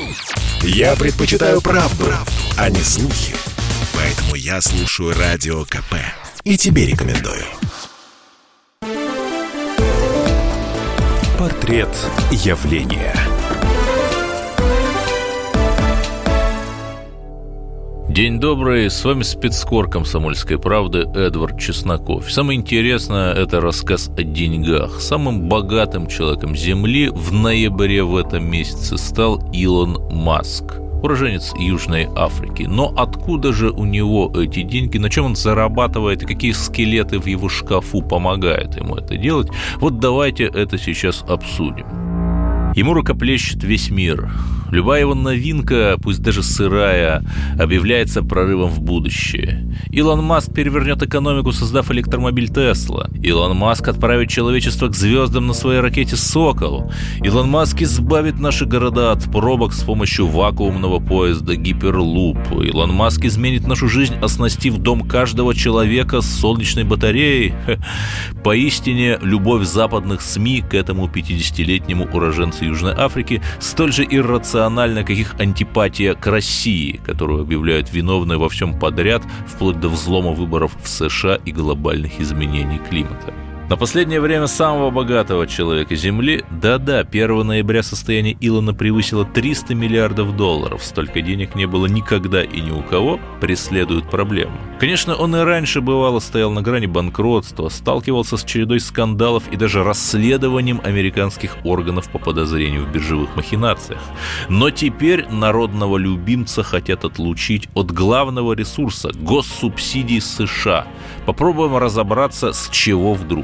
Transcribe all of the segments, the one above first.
Я предпочитаю правду, а не слухи. Поэтому я слушаю Радио КП. И тебе рекомендую. Портрет явления. День добрый, с вами спецкор «Комсомольской правды» Эдвард Чесноков. Самое интересное – это рассказ о деньгах. Самым богатым человеком Земли в ноябре в этом месяце стал Илон Маск, уроженец Южной Африки. Но откуда же у него эти деньги, на чем он зарабатывает и какие скелеты в его шкафу помогают ему это делать? Вот давайте это сейчас обсудим. Ему рукоплещет весь мир. Любая его новинка, пусть даже сырая, объявляется прорывом в будущее. Илон Маск перевернет экономику, создав электромобиль Тесла. Илон Маск отправит человечество к звездам на своей ракете «Сокол». Илон Маск избавит наши города от пробок с помощью вакуумного поезда «Гиперлуп». Илон Маск изменит нашу жизнь, оснастив дом каждого человека солнечной батареей. Поистине, любовь западных СМИ к этому 50-летнему уроженцу Южной Африки столь же иррациональна, как их антипатия к России, которую объявляют виновной во всем подряд, вплоть до взлома выборов в США и глобальных изменений климата. На последнее время самого богатого человека Земли, 1 ноября состояние Илона превысило $300 миллиардов. Столько денег не было никогда и ни у кого, преследуют проблемы. Конечно, он и раньше бывало стоял на грани банкротства, сталкивался с чередой скандалов и даже расследованием американских органов по подозрению в биржевых махинациях. Но теперь народного любимца хотят отлучить от главного ресурса – госсубсидий США. Попробуем разобраться, с чего вдруг.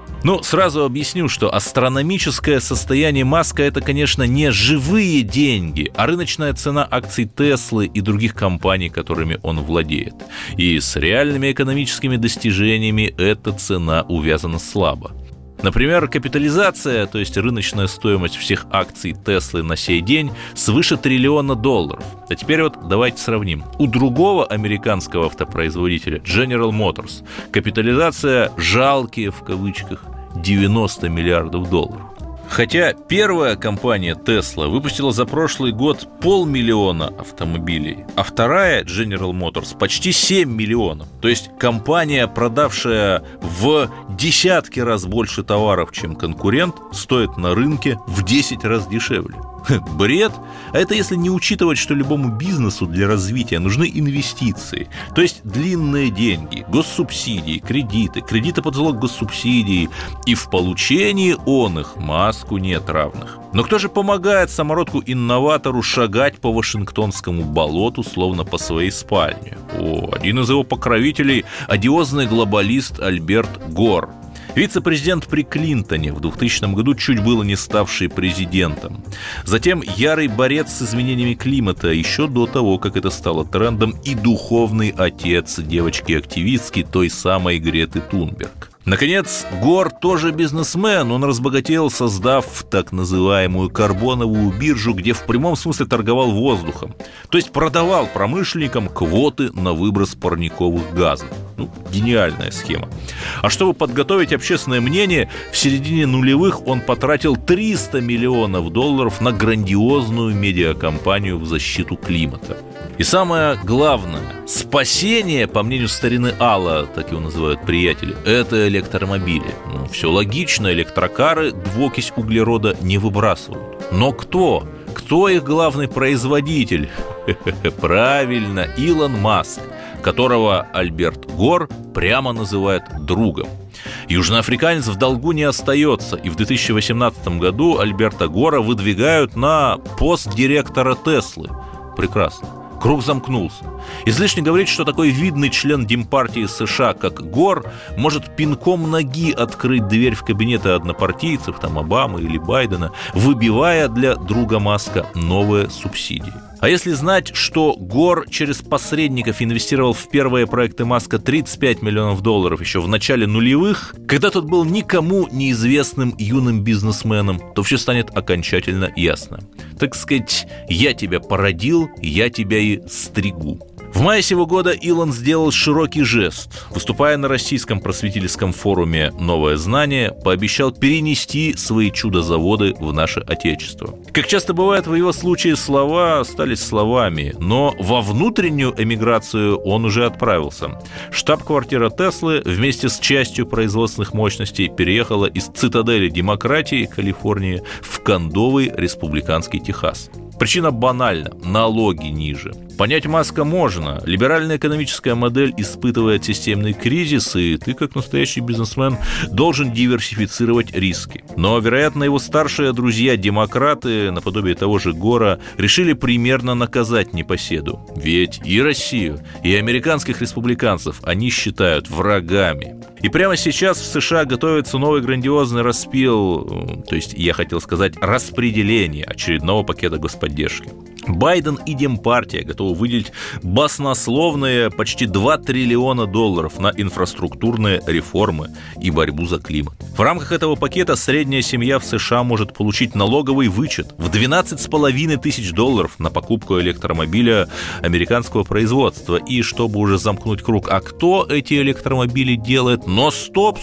Сразу объясню, что астрономическое состояние Маска – это, конечно, не живые деньги, а рыночная цена акций Теслы и других компаний, которыми он владеет. И с реальными экономическими достижениями эта цена увязана слабо. Например, капитализация, то есть рыночная стоимость всех акций Теслы на сей день, свыше $1 триллиона. А теперь вот давайте сравним. У другого американского автопроизводителя, General Motors, капитализация «жалкие» в кавычках $90 миллиардов. Хотя первая компания Tesla выпустила за прошлый год 500 000 автомобилей, а вторая, General Motors, почти 7 миллионов. То есть компания, продавшая в десятки раз больше товаров, чем конкурент, стоит на рынке в 10 раз дешевле. Бред. А это если не учитывать, что любому бизнесу для развития нужны инвестиции, то есть длинные деньги, госсубсидии, кредиты под залог госсубсидий, и в получении он их Маску нет равных. Но кто же помогает самородку-инноватору шагать по Вашингтонскому болоту, словно по своей спальне? Один из его покровителей – одиозный глобалист Альберт Гор. Вице-президент при Клинтоне, в 2000 году чуть было не ставший президентом. Затем ярый борец с изменениями климата, еще до того, как это стало трендом, и духовный отец девочки-активистки, той самой Греты Тунберг. Наконец, Гор тоже бизнесмен, он разбогател, создав так называемую карбоновую биржу, где в прямом смысле торговал воздухом, то есть продавал промышленникам квоты на выброс парниковых газов. Гениальная схема. А чтобы подготовить общественное мнение, в середине нулевых он потратил $300 миллионов на грандиозную медиакампанию в защиту климата. И самое главное, спасение, по мнению старины Алла, так его называют приятели, это электромобили. Все логично, электрокары двуокись углерода не выбрасывают. Но кто? Кто их главный производитель? Правильно, Илон Маск, которого Альберт Гор прямо называет другом. Южноафриканец в долгу не остается, и в 2018 году Альберта Гора выдвигают на пост директора Теслы. Прекрасно. Круг замкнулся. Излишне говорить, что такой видный член Демпартии США, как Гор, может пинком ноги открыть дверь в кабинеты однопартийцев, Обамы или Байдена, выбивая для друга Маска новые субсидии. А если знать, что Гор через посредников инвестировал в первые проекты Маска $35 миллионов еще в начале нулевых, когда тот был никому неизвестным юным бизнесменом, то все станет окончательно ясно. Так сказать, я тебя породил, я тебя и стригу. В мае сего года Илон сделал широкий жест. Выступая на российском просветительском форуме «Новое знание», пообещал перенести свои чудо-заводы в наше отечество. Как часто бывает в его случае, слова остались словами, но во внутреннюю эмиграцию он уже отправился. Штаб-квартира Теслы вместе с частью производственных мощностей переехала из цитадели демократии Калифорнии в кондовый республиканский Техас. Причина банальна – налоги ниже. Понять Маска можно. Либеральная экономическая модель испытывает системный кризис, и ты, как настоящий бизнесмен, должен диверсифицировать риски. Но, вероятно, его старшие друзья-демократы, наподобие того же Гора, решили примерно наказать непоседу. Ведь и Россию, и американских республиканцев они считают врагами. И прямо сейчас в США готовится новый грандиозный распил, то есть, я хотел сказать, распределение очередного пакета господдержки. Байден и Демпартия готовы выделить баснословные почти $2 триллиона на инфраструктурные реформы и борьбу за климат. В рамках этого пакета средняя семья в США может получить налоговый вычет в $12,5 тысяч на покупку электромобиля американского производства. И чтобы уже замкнуть круг, а кто эти электромобили делает? Но стоп.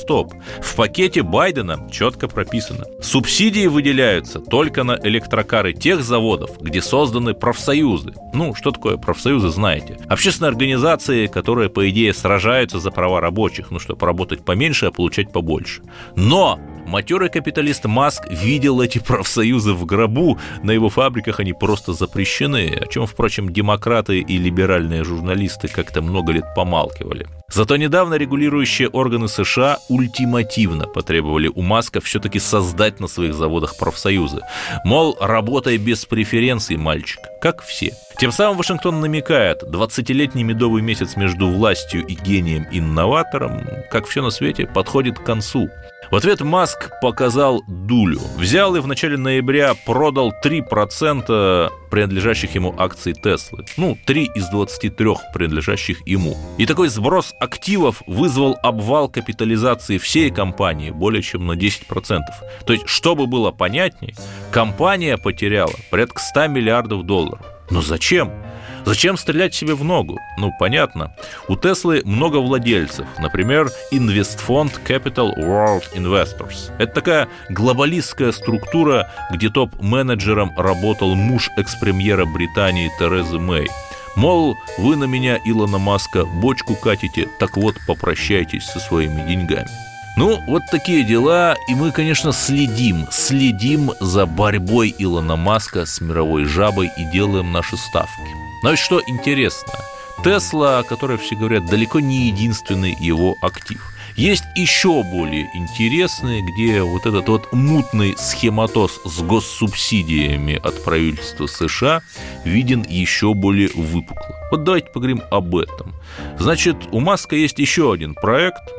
В пакете Байдена четко прописано: субсидии выделяются только на электрокары тех заводов, где созданы профсоюзы. Ну, что такое профсоюзы, знаете. Общественные организации, которые, по идее, сражаются за права рабочих, ну, чтобы работать поменьше, а получать побольше. Но матерый капиталист Маск видел эти профсоюзы в гробу, на его фабриках они просто запрещены, о чем, впрочем, демократы и либеральные журналисты как-то много лет помалкивали. Зато недавно регулирующие органы США ультимативно потребовали у Маска все-таки создать на своих заводах профсоюзы. Мол, работай без преференций, мальчик, как все. Тем самым Вашингтон намекает: 20-летний медовый месяц между властью и гением-инноватором, как все на свете, подходит к концу. В ответ Маск показал дулю. Взял и в начале ноября продал 3% принадлежащих ему акций Теслы. 3 из 23 принадлежащих ему. И такой сброс активов вызвал обвал капитализации всей компании более чем на 10%. То есть, чтобы было понятнее, компания потеряла порядка $100 миллиардов. Но зачем? Зачем стрелять себе в ногу? Понятно. У Теслы много владельцев. Например, инвестфонд Capital World Investors. Это такая глобалистская структура, где топ-менеджером работал муж экс-премьера Британии Терезы Мэй. Мол, вы на меня, Илона Маска, бочку катите, так вот попрощайтесь со своими деньгами. Вот такие дела, и мы, конечно, следим за борьбой Илона Маска с мировой жабой и делаем наши ставки. Но ведь что интересно, Тесла, о которой все говорят, далеко не единственный его актив. Есть еще более интересные, где вот этот мутный схематоз с госсубсидиями от правительства США виден еще более выпукло. Давайте поговорим об этом. Значит, у Маска есть еще один проект –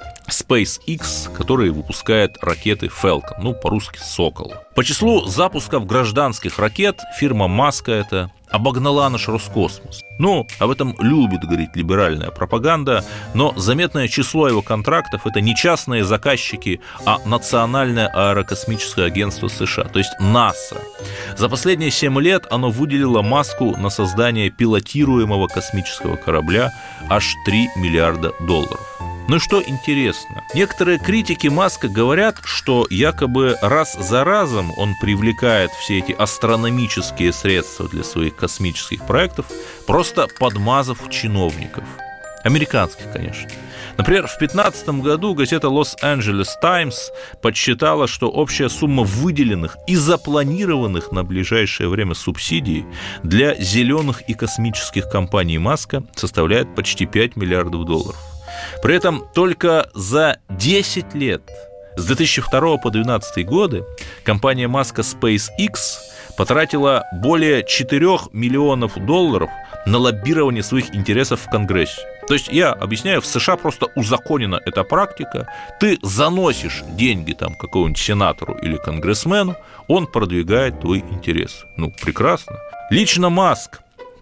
SpaceX, который выпускает ракеты Falcon, по-русски «Сокол». По числу запусков гражданских ракет фирма Маска эта обогнала наш Роскосмос. Об этом любит говорить либеральная пропаганда, но заметное число его контрактов – это не частные заказчики, а Национальное аэрокосмическое агентство США, то есть НАСА. За последние 7 лет оно выделило Маску на создание пилотируемого космического корабля аж $3 миллиарда. Ну и что интересно, некоторые критики Маска говорят, что якобы раз за разом он привлекает все эти астрономические средства для своих космических проектов, просто подмазав чиновников. Американских, конечно. Например, в 2015 году газета Los Angeles Times подсчитала, что общая сумма выделенных и запланированных на ближайшее время субсидий для зеленых и космических компаний Маска составляет почти $5 миллиардов. При этом только за 10 лет, с 2002 по 2012 годы, компания Маска SpaceX потратила более $4 миллионов на лоббирование своих интересов в Конгрессе. То есть, я объясняю, в США просто узаконена эта практика. Ты заносишь деньги какому-нибудь сенатору или конгрессмену, он продвигает твои интересы. Прекрасно. Лично Маск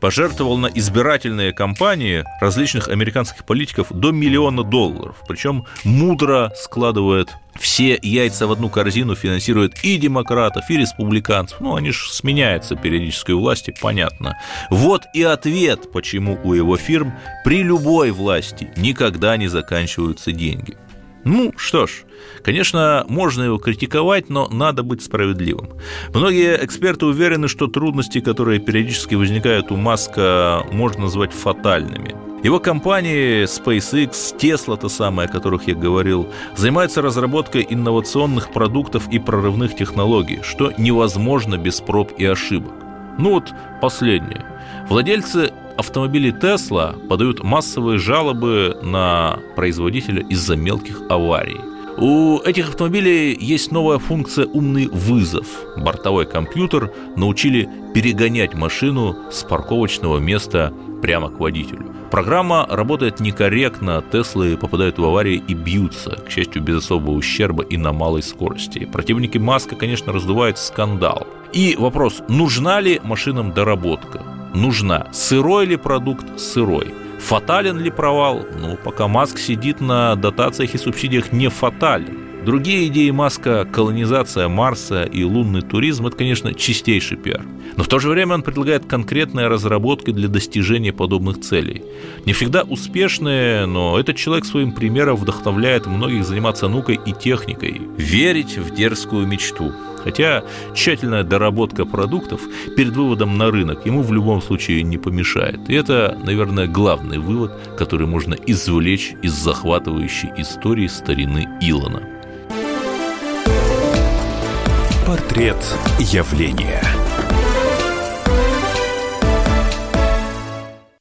пожертвовал на избирательные кампании различных американских политиков до $1 миллиона. Причем мудро складывает все яйца в одну корзину, финансирует и демократов, и республиканцев. Они же сменяются периодической власти, понятно. Вот и ответ, почему у его фирм при любой власти никогда не заканчиваются деньги. Что ж, конечно, можно его критиковать, но надо быть справедливым. Многие эксперты уверены, что трудности, которые периодически возникают у Маска, можно назвать фатальными. Его компании SpaceX, Tesla, та самая, о которых я говорил, занимаются разработкой инновационных продуктов и прорывных технологий, что невозможно без проб и ошибок. Последнее. Владельцы автомобилей Tesla подают массовые жалобы на производителя из-за мелких аварий. У этих автомобилей есть новая функция «Умный вызов». Бортовой компьютер научили перегонять машину с парковочного места прямо к водителю. Программа работает некорректно, Теслы попадают в аварии и бьются, к счастью, без особого ущерба и на малой скорости. Противники Маска, конечно, раздувают скандал. И вопрос, нужна ли машинам доработка? Нужна. Сырой ли продукт? Сырой. Фатален ли провал? Пока Маск сидит на дотациях и субсидиях, не фатален. Другие идеи Маска, колонизация Марса и лунный туризм, это, конечно, чистейший пиар. Но в то же время он предлагает конкретные разработки для достижения подобных целей. Не всегда успешные, но этот человек своим примером вдохновляет многих заниматься наукой и техникой, верить в дерзкую мечту. Хотя тщательная доработка продуктов перед выводом на рынок ему в любом случае не помешает. И это, наверное, главный вывод, который можно извлечь из захватывающей истории старины Илона. Портрет явления.